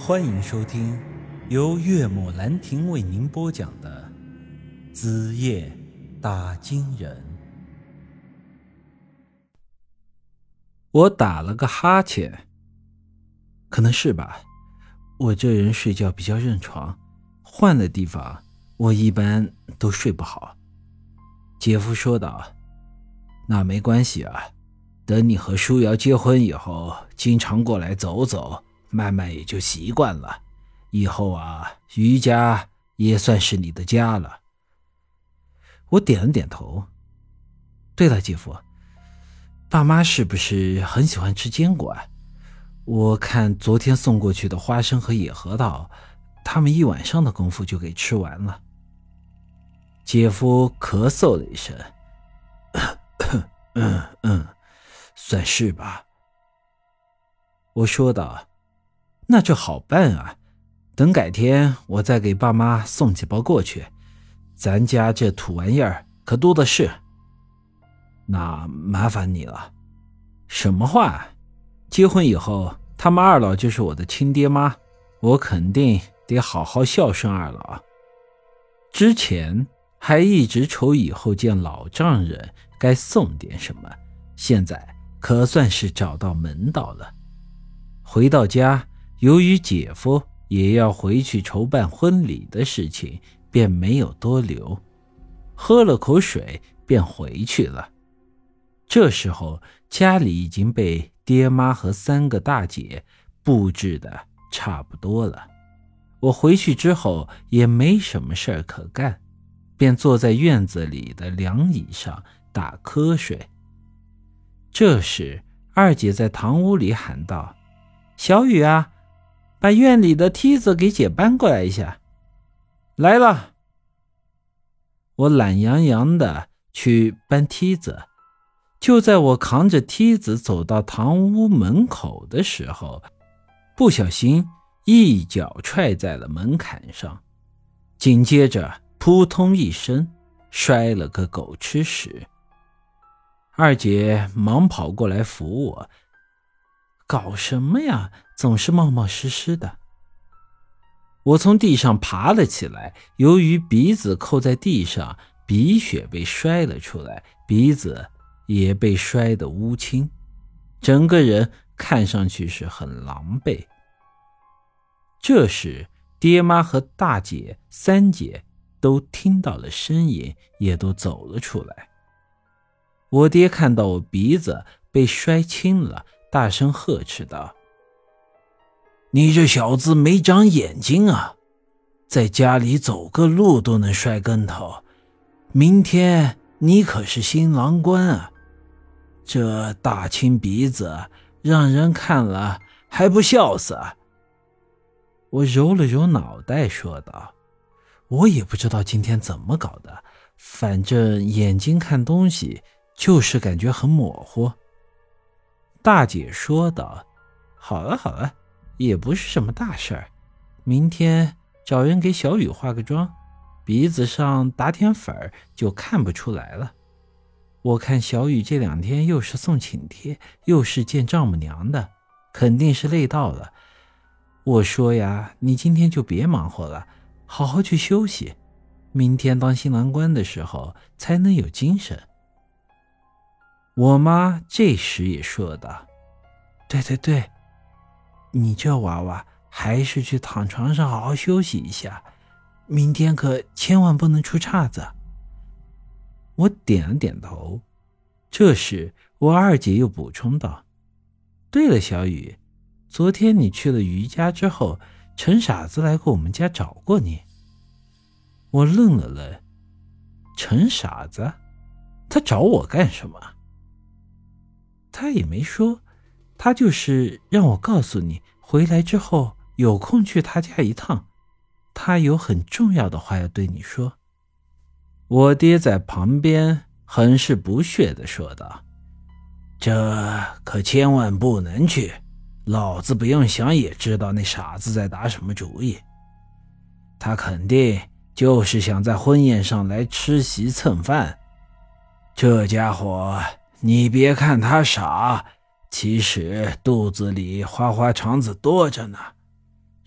欢迎收听由岳母兰亭为您播讲的子夜打金人。我打了个哈欠，可能是吧，我这人睡觉比较认床，换了地方我一般都睡不好。姐夫说道，那没关系啊，等你和舒瑶结婚以后，经常过来走走，慢慢也就习惯了，以后啊，余家也算是你的家了。我点了点头。对了，姐夫，爸妈是不是很喜欢吃坚果啊？我看昨天送过去的花生和野核桃，他们一晚上的功夫就给吃完了。姐夫咳嗽了一声，算是吧。我说道，那就好办啊，等改天我再给爸妈送几包过去，咱家这土玩意儿可多的是。那麻烦你了。什么话？结婚以后他们二老就是我的亲爹妈，我肯定得好好孝顺二老。之前还一直愁以后见老丈人该送点什么，现在可算是找到门道了。回到家，由于姐夫也要回去筹办婚礼的事情，便没有多留，喝了口水便回去了。这时候家里已经被爹妈和3个大姐布置的差不多了。我回去之后也没什么事儿可干，便坐在院子里的凉椅上打瞌睡。这时二姐在堂屋里喊道，小雨啊，把院里的梯子给姐搬过来一下。来了。我懒洋洋的去搬梯子，就在我扛着梯子走到堂屋门口的时候，不小心一脚踹在了门槛上，紧接着扑通一声摔了个狗吃屎。二姐忙跑过来扶我，搞什么呀，总是冒冒失失的。我从地上爬了起来，由于鼻子扣在地上，鼻血被摔了出来，鼻子也被摔得乌青，整个人看上去是很狼狈。这时爹妈和大姐、3姐都听到了声音，也都走了出来。我爹看到我鼻子被摔青了，大声呵斥道，你这小子没长眼睛啊，在家里走个路都能摔跟头，明天你可是新郎官啊，这大青鼻子让人看了还不笑死啊。我揉了揉脑袋说道，我也不知道今天怎么搞的，反正眼睛看东西就是感觉很模糊。大姐说道，好了好了，也不是什么大事儿，明天找人给小雨化个妆，鼻子上打点粉就看不出来了。我看小雨这2天又是送请帖，又是见丈母娘的，肯定是累到了。我说呀，你今天就别忙活了，好好去休息，明天当新郎官的时候才能有精神。我妈这时也说道，对对对，你这娃娃还是去躺床上好好休息一下，明天可千万不能出岔子。我点了点头。这时我二姐又补充道，对了小雨，昨天你去了余家之后，陈傻子来过我们家找过你。我愣了愣，陈傻子？他找我干什么？他也没说，他就是让我告诉你，回来之后有空去他家一趟，他有很重要的话要对你说。我爹在旁边很是不屑地说道，这可千万不能去，老子不用想也知道那傻子在打什么主意，他肯定就是想在婚宴上来吃席蹭饭。这家伙，你别看他傻，其实肚子里花花肠子多着呢。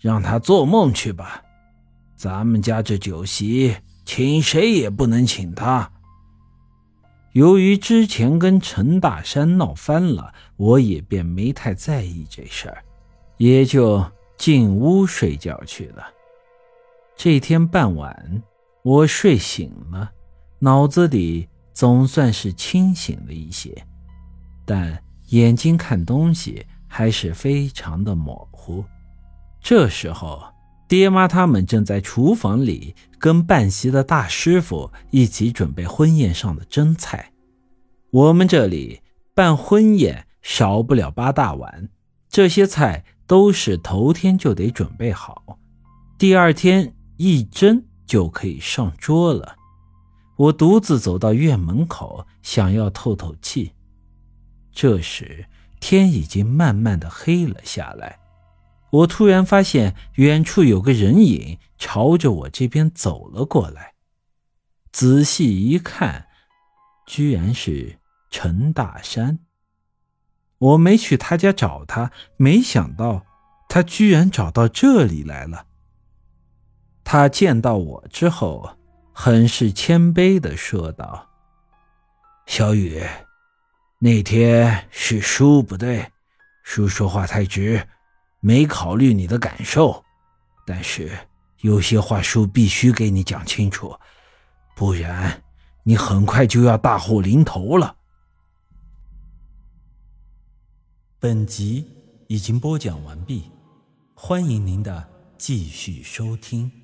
让他做梦去吧。咱们家这酒席，请谁也不能请他。”由于之前跟陈大山闹翻了，我也便没太在意这事儿，也就进屋睡觉去了。这天傍晚，我睡醒了，脑子里总算是清醒了一些，但眼睛看东西还是非常的模糊。这时候，爹妈他们正在厨房里跟办席的大师傅一起准备婚宴上的蒸菜。我们这里办婚宴少不了8大碗，这些菜都是头天就得准备好，第二天一蒸就可以上桌了。我独自走到院门口，想要透透气。这时天已经慢慢的黑了下来，我突然发现远处有个人影朝着我这边走了过来，仔细一看，居然是陈大山。我没去他家找他，没想到他居然找到这里来了。他见到我之后，很是谦卑地说道：“小雨，那天是叔不对，叔说话太直，没考虑你的感受，但是有些话叔必须给你讲清楚，不然你很快就要大祸临头了。”本集已经播讲完毕，欢迎您的继续收听。